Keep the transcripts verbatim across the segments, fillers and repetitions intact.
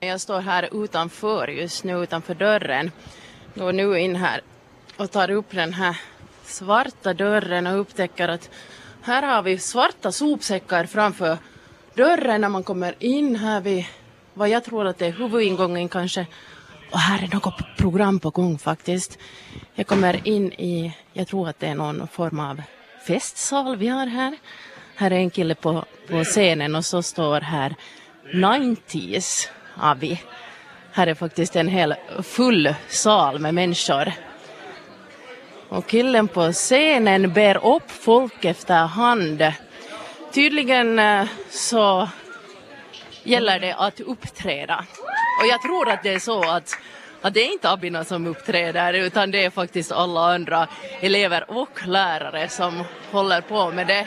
Jag står här utanför just nu, utanför dörren. Går nu in här och tar upp den här svarta dörren och upptäcker att här har vi svarta sopsäckar framför dörren när man kommer in här vid vad jag tror att det är huvudingången kanske. Och här är något program på gång faktiskt. Jag kommer in i, jag tror att det är någon form av festsal vi har här. Här är en kille på, på scenen och så står här nittiotalet har vi. Här är faktiskt en hel full sal med människor. Och killen på scenen ber upp folk efter hand. Tydligen så gäller det att uppträda. Och jag tror att det är så att, att det är inte Abina som uppträder utan det är faktiskt alla andra elever och lärare som håller på med det.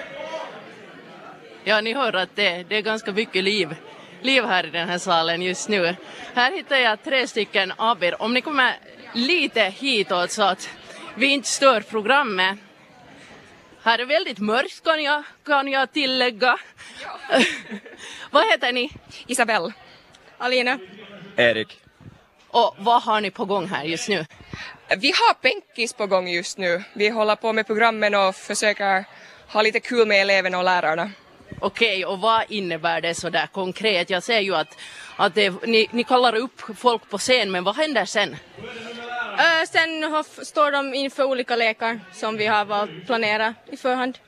Ja, ni hör att det, det är ganska mycket liv, liv här i den här salen just nu. Här hittar jag tre stycken Abir. Om ni kommer lite hitåt så att vi inte stör programmet. Här är väldigt mörkt kan jag, kan jag tillägga. Ja. Vad heter ni? Isabel. Alina. Erik. Och vad har ni på gång här just nu? Vi har Penkis på gång just nu. Vi håller på med programmen och försöker ha lite kul med eleverna och lärarna. Okej, och vad innebär det så där konkret? Jag ser ju att, att det, ni, ni kallar upp folk på scen, men vad händer sen? Uh, sen har, står de inför olika lekar som vi har valt planera i förhand.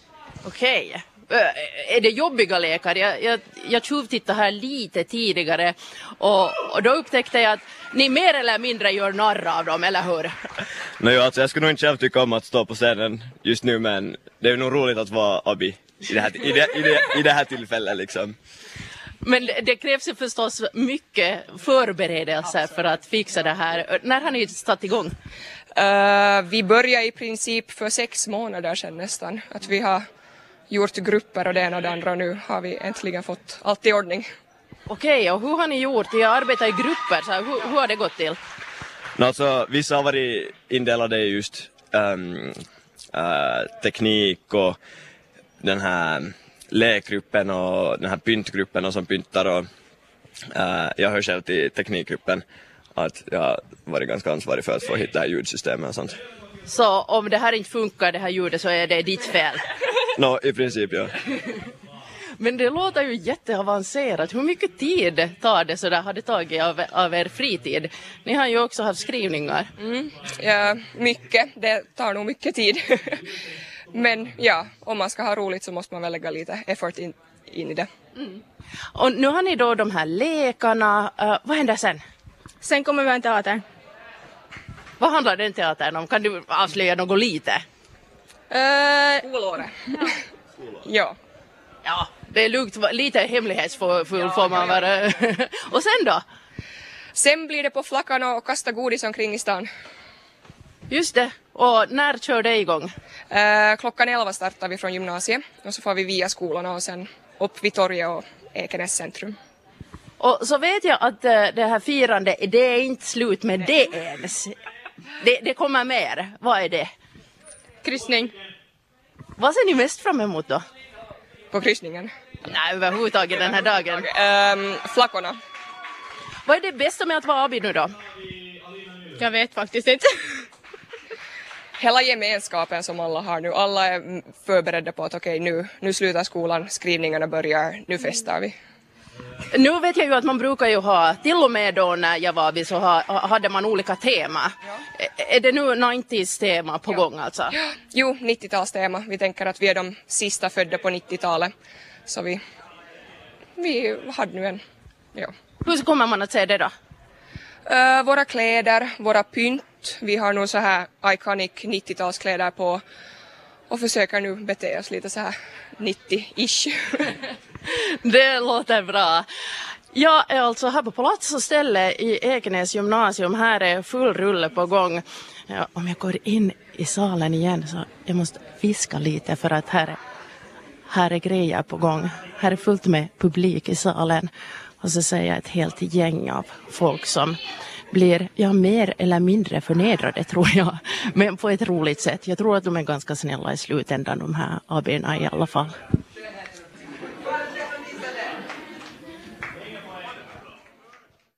Okej. Uh, är det jobbiga lekar? Jag, jag, jag tjuvtittade här lite tidigare och, och då upptäckte jag att ni mer eller mindre gör narr av dem, eller hur? Nej, alltså, jag skulle nog inte själv tycka om att stå på scenen just nu, men det är nog roligt att vara Abi i det här, i det, i det, i det här tillfället liksom. Men det krävs ju förstås mycket förberedelser för att fixa det här. När har ni satt igång? Uh, vi börjar i princip för sex månader sedan nästan. Att vi har gjort grupper och det ena och det andra och nu har vi äntligen fått allt i ordning. Okej, och hur har ni gjort? Jag arbetar i grupper, så hur, hur har det gått till? No, alltså, vissa har varit indelade i just um, uh, teknik och den här lekgruppen och den här pyntgruppen och som pyntar och uh, jag hör själv till teknikgruppen att jag har varit ganska ansvarig för att få hitta ljudsystemet och sånt. Så om det här inte funkar, det här ljudet, så är det ditt fel? No, i princip, ja. Men det låter ju jätteavancerat. Hur mycket tid tar det så där, har det tagit av, av er fritid? Ni har ju också haft skrivningar. Mm, ja, mycket. Det tar nog mycket tid. Men ja, om man ska ha roligt så måste man väl lägga lite effort in, in i det. Mm. Och nu har ni då de här lekarna. Uh, vad händer sen? Sen kommer vi ha en teater. Vad handlar den teatern om? Kan du avslöja något lite? Uh, Skolåret. Ja. Ja, det är lugnt. Lite hemlighetsfull ja, får man vara. Ja, ja. Och sen då? Sen blir det på flackan och kasta godis omkring i stan. Just det. Och när kör det igång? Uh, klockan elva startar vi från gymnasiet. Och så får vi via skolorna och sen upp vid torget och Ekenäs centrum. Och så vet jag att det här firandet, det är inte slut med det ens. Det, det kommer mer. Vad är det? Kryssning. Vad ser ni mest fram emot då? På kryssningen? Nej, överhuvudtaget den här dagen. Um, flackorna. Vad är det bästa med att vara Abi nu då? Jag vet faktiskt inte. Hela gemenskapen som alla har nu. Alla är förberedda på att okej, okay, nu, nu slutar skolan, skrivningarna börjar, nu festar vi. Nu vet jag ju att man brukar ju ha, till och med då när jag var vid så ha, hade man olika tema. Ja. Är det nu nittiotalet-tema på ja. gång alltså? Ja. Jo, nittiotalstema. Vi tänker att vi är de sista födda på nittiotalet. Så vi, vi hade nu en, ja. Hur kommer man att säga det då? Uh, våra kläder, våra pynt. Vi har nog så här iconic nittiotalskläder på och försöker nu bete oss lite så här nittio-ish. Det låter bra. Jag är alltså här på plats och ställe i Ekenäs gymnasium. Här är full rulle på gång. Ja, om jag går in i salen igen så jag måste viska lite för att här, här är grejer på gång. Här är fullt med publik i salen. Och så säger jag ett helt gäng av folk som blir ja, mer eller mindre förnedrade tror jag. Men på ett roligt sätt. Jag tror att de är ganska snälla i slutändan, de här abierna i alla fall.